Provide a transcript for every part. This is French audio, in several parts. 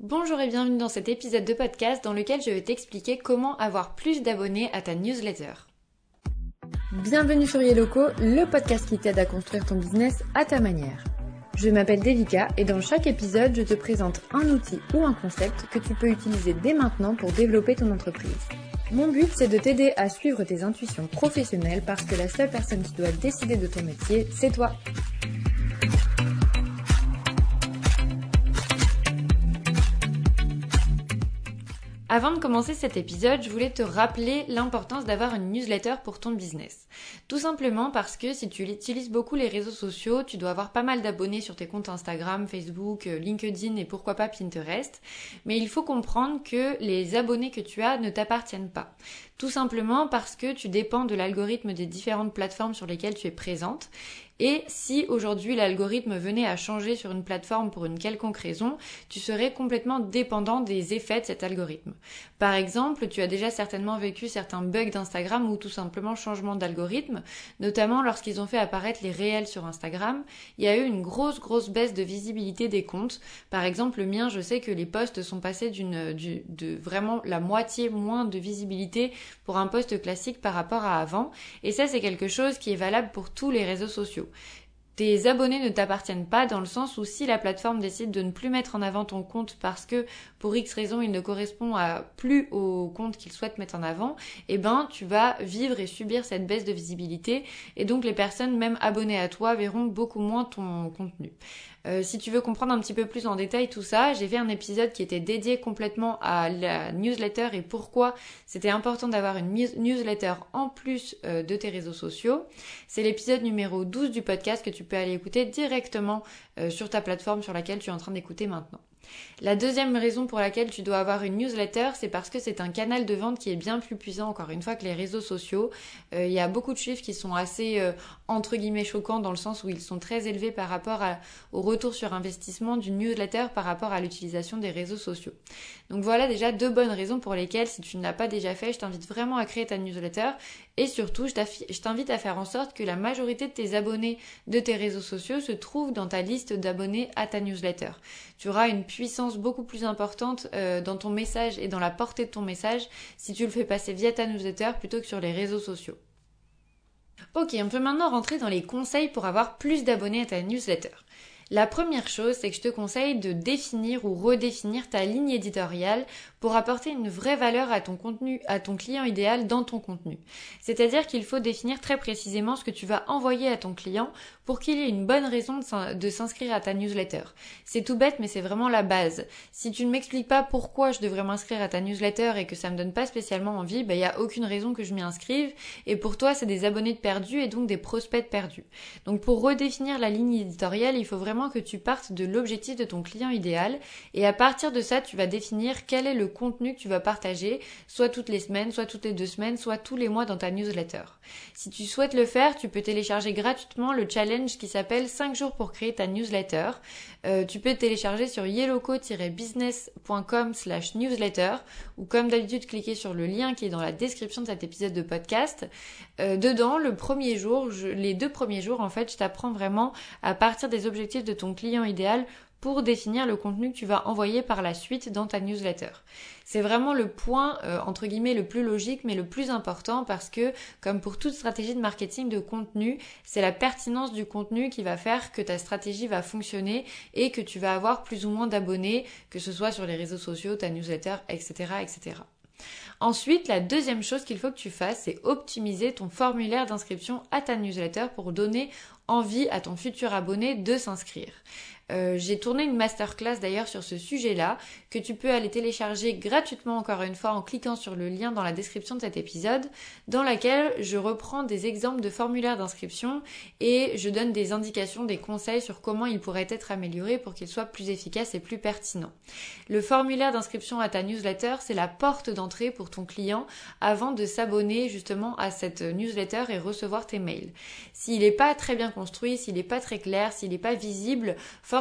Bonjour et bienvenue dans cet épisode de podcast dans lequel je vais t'expliquer comment avoir plus d'abonnés à ta newsletter. Bienvenue sur Yellowco, le podcast qui t'aide à construire ton business à ta manière. Je m'appelle Devika et dans chaque épisode, je te présente un outil ou un concept que tu peux utiliser dès maintenant pour développer ton entreprise. Mon but, c'est de t'aider à suivre tes intuitions professionnelles parce que la seule personne qui doit décider de ton métier, c'est toi. Avant de commencer cet épisode, je voulais te rappeler l'importance d'avoir une newsletter pour ton business. Tout simplement parce que si tu utilises beaucoup les réseaux sociaux, tu dois avoir pas mal d'abonnés sur tes comptes Instagram, Facebook, LinkedIn et pourquoi pas Pinterest. Mais il faut comprendre que les abonnés que tu as ne t'appartiennent pas. Tout simplement parce que tu dépends de l'algorithme des différentes plateformes sur lesquelles tu es présente. Et si aujourd'hui l'algorithme venait à changer sur une plateforme pour une quelconque raison, tu serais complètement dépendant des effets de cet algorithme. Par exemple, tu as déjà certainement vécu certains bugs d'Instagram ou tout simplement changement d'algorithme, notamment lorsqu'ils ont fait apparaître les réels sur Instagram, il y a eu une grosse baisse de visibilité des comptes. Par exemple, le mien, je sais que les posts sont passés de vraiment la moitié moins de visibilité pour un post classique par rapport à avant. Et ça, c'est quelque chose qui est valable pour tous les réseaux sociaux. Tes abonnés ne t'appartiennent pas dans le sens où si la plateforme décide de ne plus mettre en avant ton compte parce que pour X raison il ne correspond plus au compte qu'il souhaite mettre en avant, eh ben tu vas vivre et subir cette baisse de visibilité et donc les personnes même abonnées à toi verront beaucoup moins ton contenu. Si tu veux comprendre un petit peu plus en détail tout ça, j'ai fait un épisode qui était dédié complètement à la newsletter et pourquoi c'était important d'avoir une newsletter en plus de tes réseaux sociaux. C'est l'épisode numéro 12 du podcast que tu peux aller écouter directement sur ta plateforme sur laquelle tu es en train d'écouter maintenant. La deuxième raison pour laquelle tu dois avoir une newsletter, c'est parce que c'est un canal de vente qui est bien plus puissant encore une fois que les réseaux sociaux. Il y a beaucoup de chiffres qui sont assez entre guillemets choquants dans le sens où ils sont très élevés par rapport au retour sur investissement d'une newsletter par rapport à l'utilisation des réseaux sociaux. Donc voilà déjà deux bonnes raisons pour lesquelles si tu ne l'as pas déjà fait, je t'invite vraiment à créer ta newsletter et surtout je t'invite à faire en sorte que la majorité de tes abonnés de tes réseaux sociaux se trouvent dans ta liste d'abonnés à ta newsletter. Tu auras une puissance beaucoup plus importante dans ton message et dans la portée de ton message si tu le fais passer via ta newsletter plutôt que sur les réseaux sociaux. Ok, on peut maintenant rentrer dans les conseils pour avoir plus d'abonnés à ta newsletter. La première chose, c'est que je te conseille de définir ou redéfinir ta ligne éditoriale pour apporter une vraie valeur à ton contenu, à ton client idéal dans ton contenu. C'est-à-dire qu'il faut définir très précisément ce que tu vas envoyer à ton client pour qu'il ait une bonne raison de s'inscrire à ta newsletter. C'est tout bête, mais c'est vraiment la base. Si tu ne m'expliques pas pourquoi je devrais m'inscrire à ta newsletter et que ça me donne pas spécialement envie, il y a aucune raison que je m'y inscrive et pour toi, c'est des abonnés de perdus et donc des prospects de perdus. Donc pour redéfinir la ligne éditoriale, il faut vraiment que tu partes de l'objectif de ton client idéal et à partir de ça, tu vas définir quel est le contenu que tu vas partager, soit toutes les semaines, soit toutes les 2 semaines, soit tous les mois dans ta newsletter. Si tu souhaites le faire, tu peux télécharger gratuitement le challenge qui s'appelle 5 jours pour créer ta newsletter. Tu peux télécharger sur yellowco-business.com/newsletter ou comme d'habitude cliquer sur le lien qui est dans la description de cet épisode de podcast. Dedans, les 2 premiers jours, en fait, je t'apprends vraiment à partir des objectifs de ton client idéal pour définir le contenu que tu vas envoyer par la suite dans ta newsletter. C'est vraiment le point, entre guillemets, le plus logique, mais le plus important parce que, comme pour toute stratégie de marketing de contenu, c'est la pertinence du contenu qui va faire que ta stratégie va fonctionner et que tu vas avoir plus ou moins d'abonnés, que ce soit sur les réseaux sociaux, ta newsletter, etc., etc. Ensuite, la deuxième chose qu'il faut que tu fasses, c'est optimiser ton formulaire d'inscription à ta newsletter pour donner envie à ton futur abonné de s'inscrire. J'ai tourné une masterclass d'ailleurs sur ce sujet-là que tu peux aller télécharger gratuitement encore une fois en cliquant sur le lien dans la description de cet épisode dans laquelle je reprends des exemples de formulaires d'inscription et je donne des indications, des conseils sur comment il pourrait être amélioré pour qu'il soit plus efficace et plus pertinent. Le formulaire d'inscription à ta newsletter, c'est la porte d'entrée pour ton client avant de s'abonner justement à cette newsletter et recevoir tes mails. S'il n'est pas très bien construit, s'il n'est pas très clair, s'il n'est pas visible,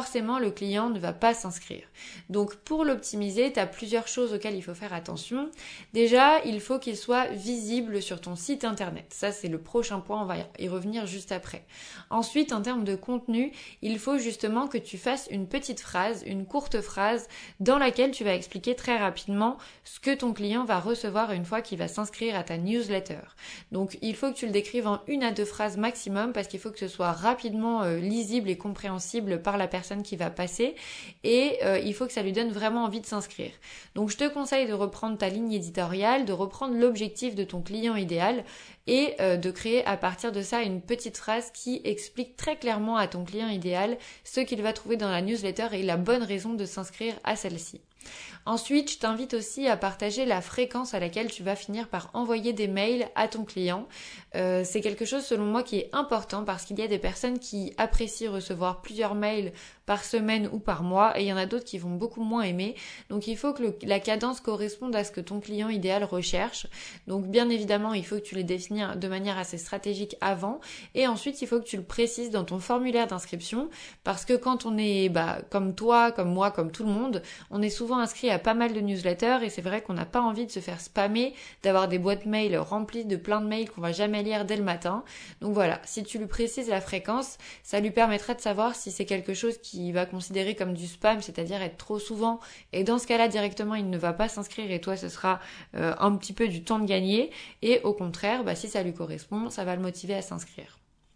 forcément le client ne va pas s'inscrire. Donc pour l'optimiser, tu as plusieurs choses auxquelles il faut faire attention. Déjà, il faut qu'il soit visible sur ton site internet. Ça, c'est le prochain point, on va y revenir juste après. Ensuite, en termes de contenu, il faut justement que tu fasses une petite phrase, une courte phrase dans laquelle tu vas expliquer très rapidement ce que ton client va recevoir une fois qu'il va s'inscrire à ta newsletter. Donc il faut que tu le décrives en 1 à 2 phrases maximum parce qu'il faut que ce soit rapidement lisible et compréhensible par la personne qui va passer et il faut que ça lui donne vraiment envie de s'inscrire. Donc je te conseille de reprendre ta ligne éditoriale, de reprendre l'objectif de ton client idéal et de créer à partir de ça une petite phrase qui explique très clairement à ton client idéal ce qu'il va trouver dans la newsletter et la bonne raison de s'inscrire à celle-ci. Ensuite, je t'invite aussi à partager la fréquence à laquelle tu vas finir par envoyer des mails à ton client. C'est quelque chose selon moi qui est important parce qu'il y a des personnes qui apprécient recevoir plusieurs mails par semaine ou par mois et il y en a d'autres qui vont beaucoup moins aimer. Donc il faut que la cadence corresponde à ce que ton client idéal recherche. Donc bien évidemment, il faut que tu les définisses de manière assez stratégique avant et ensuite il faut que tu le précises dans ton formulaire d'inscription parce que quand on est comme toi, comme moi, comme tout le monde, on est souvent inscrit à pas mal de newsletters et c'est vrai qu'on n'a pas envie de se faire spammer, d'avoir des boîtes mail remplies de plein de mails qu'on va jamais lire dès le matin. Donc voilà, si tu lui précises la fréquence, ça lui permettra de savoir si c'est quelque chose qu'il va considérer comme du spam, c'est-à-dire être trop souvent et dans ce cas-là directement il ne va pas s'inscrire et toi ce sera un petit peu du temps de gagner et au contraire, si ça lui correspond, ça va le motiver à s'inscrire.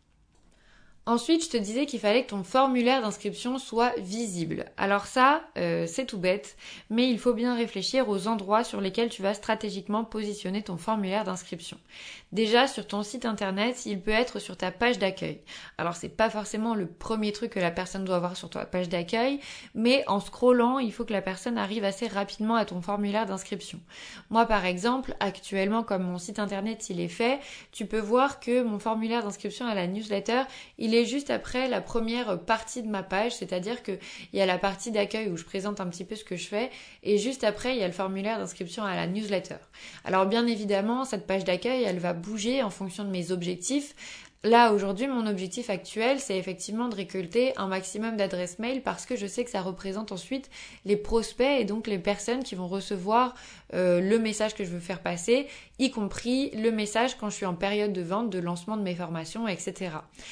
Ensuite, je te disais qu'il fallait que ton formulaire d'inscription soit visible. Alors ça, c'est tout bête, mais il faut bien réfléchir aux endroits sur lesquels tu vas stratégiquement positionner ton formulaire d'inscription. Déjà, sur ton site internet, il peut être sur ta page d'accueil. Alors, c'est pas forcément le premier truc que la personne doit voir sur ta page d'accueil, mais en scrollant, il faut que la personne arrive assez rapidement à ton formulaire d'inscription. Moi, par exemple, actuellement, comme mon site internet, il est fait, tu peux voir que mon formulaire d'inscription à la newsletter, il est juste après la première partie de ma page, c'est-à-dire qu'il y a la partie d'accueil où je présente un petit peu ce que je fais et juste après il y a le formulaire d'inscription à la newsletter. Alors bien évidemment cette page d'accueil elle va bouger en fonction de mes objectifs. Là, aujourd'hui, mon objectif actuel, c'est effectivement de récolter un maximum d'adresses mail parce que je sais que ça représente ensuite les prospects et donc les personnes qui vont recevoir le message que je veux faire passer, y compris le message quand je suis en période de vente, de lancement de mes formations, etc.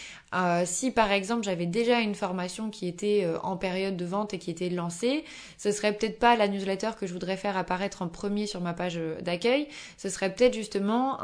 Si par exemple j'avais déjà une formation qui était en période de vente et qui était lancée, ce serait peut-être pas la newsletter que je voudrais faire apparaître en premier sur ma page d'accueil, ce serait peut-être justement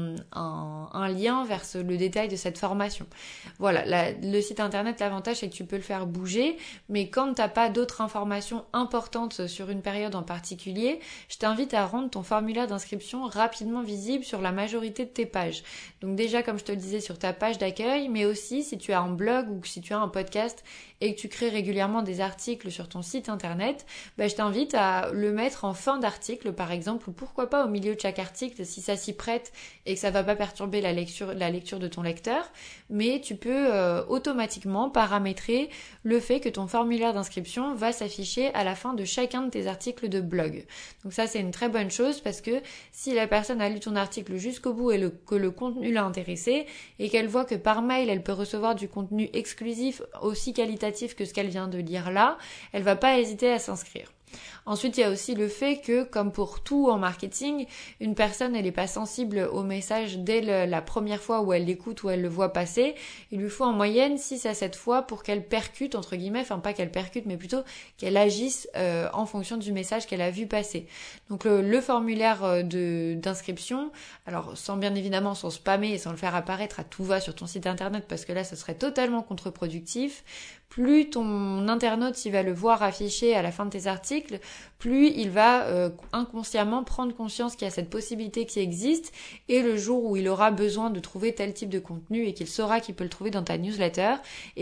un lien vers le détail de cette formation. Voilà, le site internet, l'avantage c'est que tu peux le faire bouger, mais quand t'as pas d'autres informations importantes sur une période en particulier, je t'invite à rendre ton formulaire d'inscription rapidement visible sur la majorité de tes pages. Donc déjà comme je te le disais sur ta page d'accueil, mais aussi si tu as un blog ou si tu as un podcast et que tu crées régulièrement des articles sur ton site internet, je t'invite à le mettre en fin d'article par exemple, ou pourquoi pas au milieu de chaque article si ça s'y prête et que ça va pas perturber la lecture de ton lecteur, mais tu peux automatiquement paramétrer le fait que ton formulaire d'inscription va s'afficher à la fin de chacun de tes articles de blog. Donc ça c'est une très bonne chose parce que si la personne a lu ton article jusqu'au bout et que le contenu l'a intéressé et qu'elle voit que par mail elle peut recevoir du contenu exclusif aussi qualitatif que ce qu'elle vient de lire là, elle va pas hésiter à s'inscrire. Ensuite, il y a aussi le fait que, comme pour tout en marketing, une personne, elle n'est pas sensible au message dès la première fois où elle l'écoute, où elle le voit passer. Il lui faut en moyenne 6 à 7 fois pour qu'elle percute, entre guillemets, enfin pas qu'elle percute, mais plutôt qu'elle agisse en fonction du message qu'elle a vu passer. Donc le formulaire d'inscription, alors bien évidemment sans spammer et sans le faire apparaître à tout va sur ton site internet, parce que là, ce serait totalement contre-productif. Plus ton internaute il va le voir affiché à la fin de tes articles, plus il va inconsciemment prendre conscience qu'il y a cette possibilité qui existe et le jour où il aura besoin de trouver tel type de contenu et qu'il saura qu'il peut le trouver dans ta newsletter,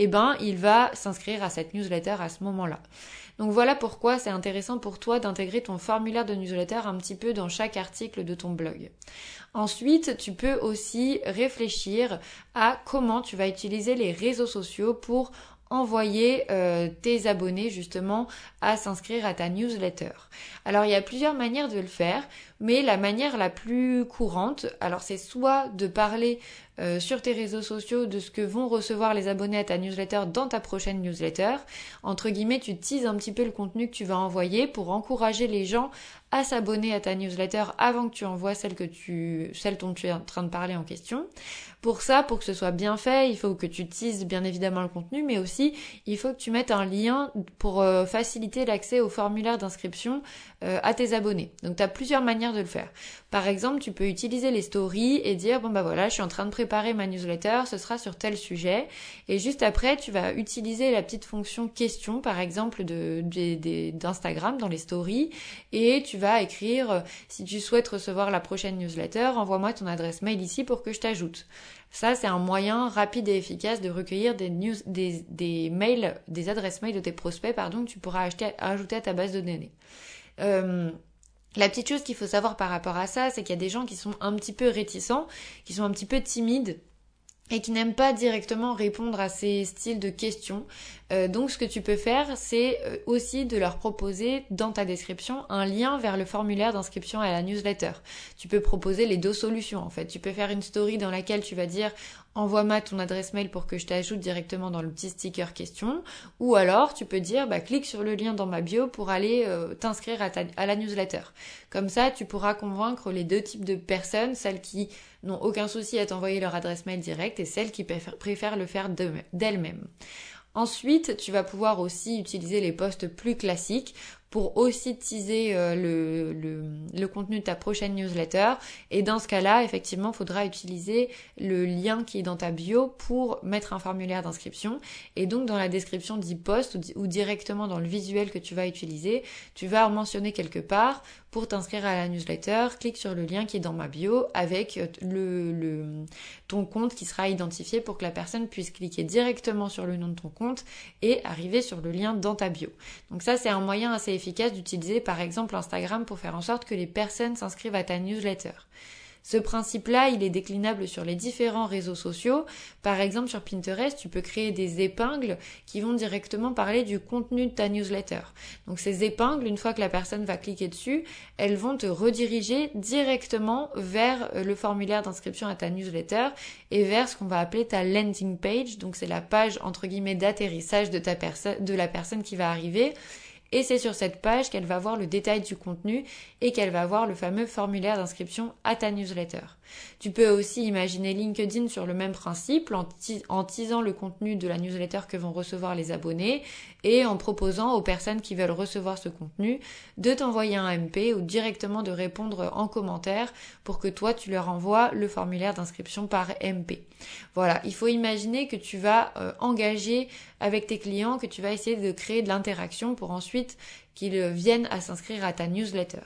il va s'inscrire à cette newsletter à ce moment-là. Donc voilà pourquoi c'est intéressant pour toi d'intégrer ton formulaire de newsletter un petit peu dans chaque article de ton blog. Ensuite, tu peux aussi réfléchir à comment tu vas utiliser les réseaux sociaux pour envoyer tes abonnés justement à s'inscrire à ta newsletter. Alors il y a plusieurs manières de le faire, mais la manière la plus courante, alors c'est soit de parler sur tes réseaux sociaux de ce que vont recevoir les abonnés à ta newsletter dans ta prochaine newsletter. Entre guillemets, tu teases un petit peu le contenu que tu vas envoyer pour encourager les gens à s'abonner à ta newsletter avant que tu envoies celle dont tu es en train de parler en question. Pour ça, pour que ce soit bien fait, il faut que tu teases bien évidemment le contenu, mais aussi il faut que tu mettes un lien pour faciliter l'accès au formulaire d'inscription à tes abonnés. Donc tu as plusieurs manières de le faire. Par exemple, tu peux utiliser les stories et dire voilà, je suis en train de préparer ma newsletter, ce sera sur tel sujet. Et juste après, tu vas utiliser la petite fonction question, par exemple, d'Instagram dans les stories, et tu vas écrire si tu souhaites recevoir la prochaine newsletter, envoie-moi ton adresse mail ici pour que je t'ajoute. Ça, c'est un moyen rapide et efficace de recueillir des mails, des adresses mail de tes prospects, que tu pourras ajouter à ta base de données. La petite chose qu'il faut savoir par rapport à ça, c'est qu'il y a des gens qui sont un petit peu réticents, qui sont un petit peu timides et qui n'aiment pas directement répondre à ces styles de questions. Donc ce que tu peux faire, c'est aussi de leur proposer dans ta description un lien vers le formulaire d'inscription à la newsletter. Tu peux proposer les deux solutions en fait. Tu peux faire une story dans laquelle tu vas dire envoie-moi ton adresse mail pour que je t'ajoute directement dans le petit sticker question, ou alors tu peux dire clique sur le lien dans ma bio pour aller t'inscrire à la newsletter. Comme ça, tu pourras convaincre les deux types de personnes, celles qui n'ont aucun souci à t'envoyer leur adresse mail directe et celles qui préfèrent le faire d'elles-mêmes. Ensuite, tu vas pouvoir aussi utiliser les posts plus classiques pour aussi teaser le contenu de ta prochaine newsletter. Et dans ce cas-là, effectivement, il faudra utiliser le lien qui est dans ta bio pour mettre un formulaire d'inscription. Et donc, dans la description du post ou directement dans le visuel que tu vas utiliser, tu vas mentionner quelque part pour t'inscrire à la newsletter, clique sur le lien qui est dans ma bio avec ton compte qui sera identifié pour que la personne puisse cliquer directement sur le nom de ton compte et arriver sur le lien dans ta bio. Donc ça, c'est un moyen assez efficace d'utiliser par exemple Instagram pour faire en sorte que les personnes s'inscrivent à ta newsletter. Ce principe-là, il est déclinable sur les différents réseaux sociaux. Par exemple, sur Pinterest, tu peux créer des épingles qui vont directement parler du contenu de ta newsletter. Donc ces épingles, une fois que la personne va cliquer dessus, elles vont te rediriger directement vers le formulaire d'inscription à ta newsletter et vers ce qu'on va appeler ta landing page. Donc c'est la page entre guillemets d'atterrissage de la personne qui va arriver. Et c'est sur cette page qu'elle va voir le détail du contenu et qu'elle va voir le fameux formulaire d'inscription à ta newsletter. Tu peux aussi imaginer LinkedIn sur le même principe en teasant le contenu de la newsletter que vont recevoir les abonnés et en proposant aux personnes qui veulent recevoir ce contenu de t'envoyer un MP ou directement de répondre en commentaire pour que toi tu leur envoies le formulaire d'inscription par MP. Voilà, il faut imaginer que tu vas engager avec tes clients, que tu vas essayer de créer de l'interaction pour ensuite qu'ils viennent à s'inscrire à ta newsletter.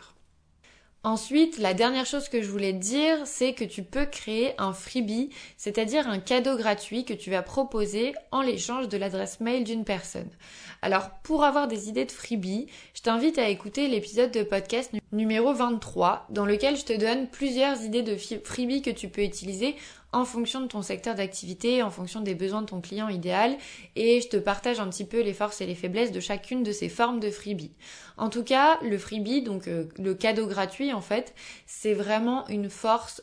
Ensuite, la dernière chose que je voulais te dire, c'est que tu peux créer un freebie, c'est-à-dire un cadeau gratuit que tu vas proposer en l'échange de l'adresse mail d'une personne. Alors, pour avoir des idées de freebie, je t'invite à écouter l'épisode de podcast numéro 23, dans lequel je te donne plusieurs idées de freebie que tu peux utiliser en fonction de ton secteur d'activité, en fonction des besoins de ton client idéal, et je te partage un petit peu les forces et les faiblesses de chacune de ces formes de freebie. En tout cas, le freebie, donc le cadeau gratuit en fait, c'est vraiment une force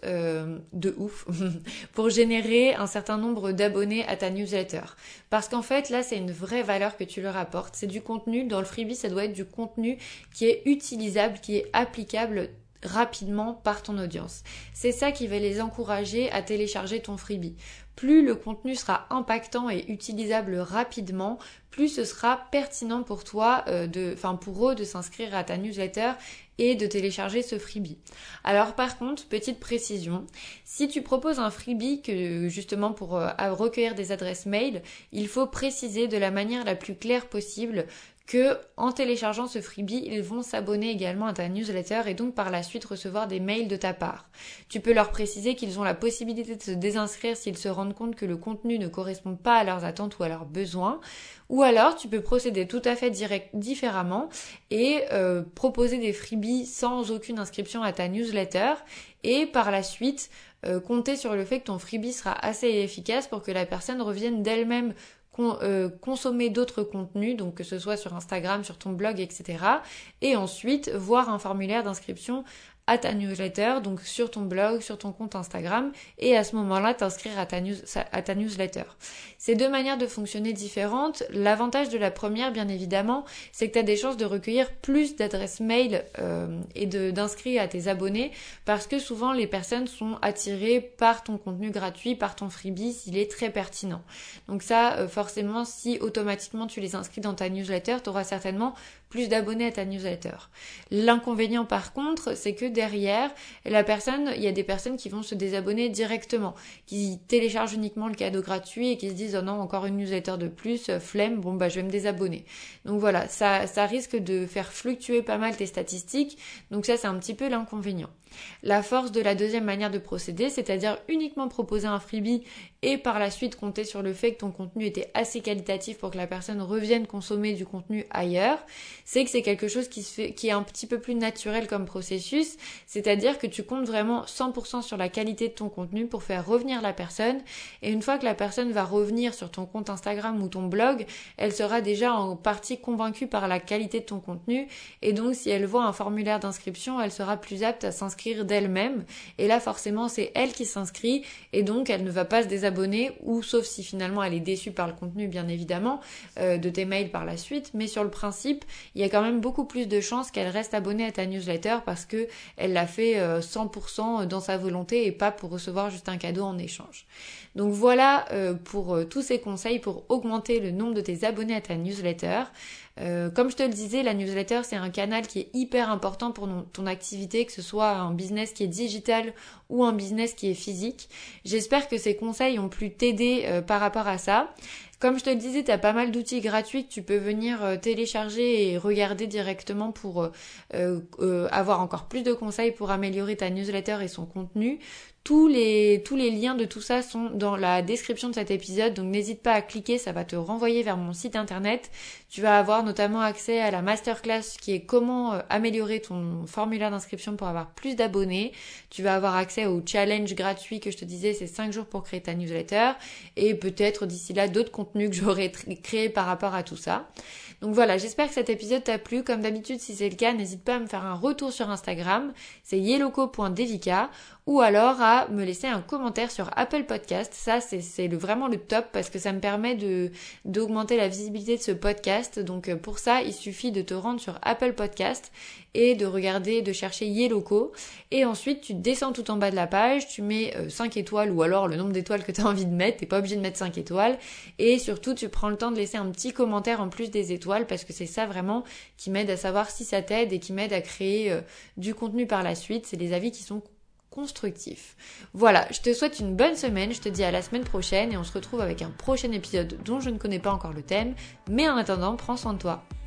de ouf pour générer un certain nombre d'abonnés à ta newsletter. Parce qu'en fait, là, c'est une vraie valeur que tu leur apportes. C'est du contenu, dans le freebie, ça doit être du contenu qui est utilisable, qui est applicable rapidement par ton audience. C'est ça qui va les encourager à télécharger ton freebie. Plus le contenu sera impactant et utilisable rapidement, plus ce sera pertinent pour toi, pour eux de s'inscrire à ta newsletter et de télécharger ce freebie. Alors par contre, petite précision, si tu proposes un freebie que justement pour recueillir des adresses mail, il faut préciser de la manière la plus claire possible que en téléchargeant ce freebie, ils vont s'abonner également à ta newsletter et donc par la suite recevoir des mails de ta part. Tu peux leur préciser qu'ils ont la possibilité de se désinscrire s'ils se rendent compte que le contenu ne correspond pas à leurs attentes ou à leurs besoins. Ou alors, tu peux procéder tout à fait différemment et proposer des freebies sans aucune inscription à ta newsletter et par la suite compter sur le fait que ton freebie sera assez efficace pour que la personne revienne d'elle-même consommer d'autres contenus, donc que ce soit sur Instagram, sur ton blog, etc. Et ensuite voir un formulaire d'inscription à ta newsletter, donc sur ton blog, sur ton compte Instagram, et à ce moment-là t'inscrire à ta newsletter. C'est deux manières de fonctionner différentes. L'avantage de la première, bien évidemment, c'est que tu as des chances de recueillir plus d'adresses mail et d'inscrits à tes abonnés, parce que souvent les personnes sont attirées par ton contenu gratuit, par ton freebie, s'il est très pertinent. Donc ça, forcément, si automatiquement tu les inscris dans ta newsletter, tu auras certainement plus d'abonnés à ta newsletter. L'inconvénient par contre, c'est que derrière, il y a des personnes qui vont se désabonner directement, qui téléchargent uniquement le cadeau gratuit et qui se disent « Oh non, encore une newsletter de plus, flemme, je vais me désabonner ». Donc voilà, ça risque de faire fluctuer pas mal tes statistiques, donc ça c'est un petit peu l'inconvénient. La force de la deuxième manière de procéder, c'est-à-dire uniquement proposer un freebie et par la suite compter sur le fait que ton contenu était assez qualitatif pour que la personne revienne consommer du contenu ailleurs, c'est que c'est quelque chose qui est un petit peu plus naturel comme processus, c'est-à-dire que tu comptes vraiment 100% sur la qualité de ton contenu pour faire revenir la personne, et une fois que la personne va revenir sur ton compte Instagram ou ton blog, elle sera déjà en partie convaincue par la qualité de ton contenu, et donc si elle voit un formulaire d'inscription, elle sera plus apte à s'inscrire d'elle-même, et là forcément c'est elle qui s'inscrit, et donc elle ne va pas se désabonner, ou sauf si finalement elle est déçue par le contenu bien évidemment, de tes mails par la suite, mais sur le principe, il y a quand même beaucoup plus de chances qu'elle reste abonnée à ta newsletter parce que elle l'a fait 100% dans sa volonté et pas pour recevoir juste un cadeau en échange. Donc voilà pour tous ces conseils pour augmenter le nombre de tes abonnés à ta newsletter. Comme je te le disais, la newsletter c'est un canal qui est hyper important pour ton activité, que ce soit un business qui est digital ou un business qui est physique. J'espère que ces conseils ont pu t'aider par rapport à ça. Comme je te le disais, tu as pas mal d'outils gratuits que tu peux venir télécharger et regarder directement pour avoir encore plus de conseils pour améliorer ta newsletter et son contenu. Tous les liens de tout ça sont dans la description de cet épisode, donc n'hésite pas à cliquer, ça va te renvoyer vers mon site internet. Tu vas avoir notamment accès à la masterclass qui est comment améliorer ton formulaire d'inscription pour avoir plus d'abonnés. Tu vas avoir accès au challenge gratuit que je te disais, c'est 5 jours pour créer ta newsletter, et peut-être d'ici là d'autres contenus que j'aurai créés par rapport à tout ça. Donc voilà, j'espère que cet épisode t'a plu. Comme d'habitude, si c'est le cas, n'hésite pas à me faire un retour sur Instagram, c'est yeloco.devika, ou alors à me laisser un commentaire sur Apple Podcast. Ça, c'est vraiment le top parce que ça me permet d'augmenter la visibilité de ce podcast. Donc pour ça, il suffit de te rendre sur Apple Podcast et de chercher Yeloco. Et ensuite, tu descends tout en bas de la page, tu mets 5 étoiles ou alors le nombre d'étoiles que tu as envie de mettre. T'es pas obligé de mettre 5 étoiles. Et surtout, tu prends le temps de laisser un petit commentaire en plus des étoiles parce que c'est ça vraiment qui m'aide à savoir si ça t'aide et qui m'aide à créer du contenu par la suite. C'est les avis qui sont constructif. Voilà, je te souhaite une bonne semaine, je te dis à la semaine prochaine et on se retrouve avec un prochain épisode dont je ne connais pas encore le thème, mais en attendant, prends soin de toi.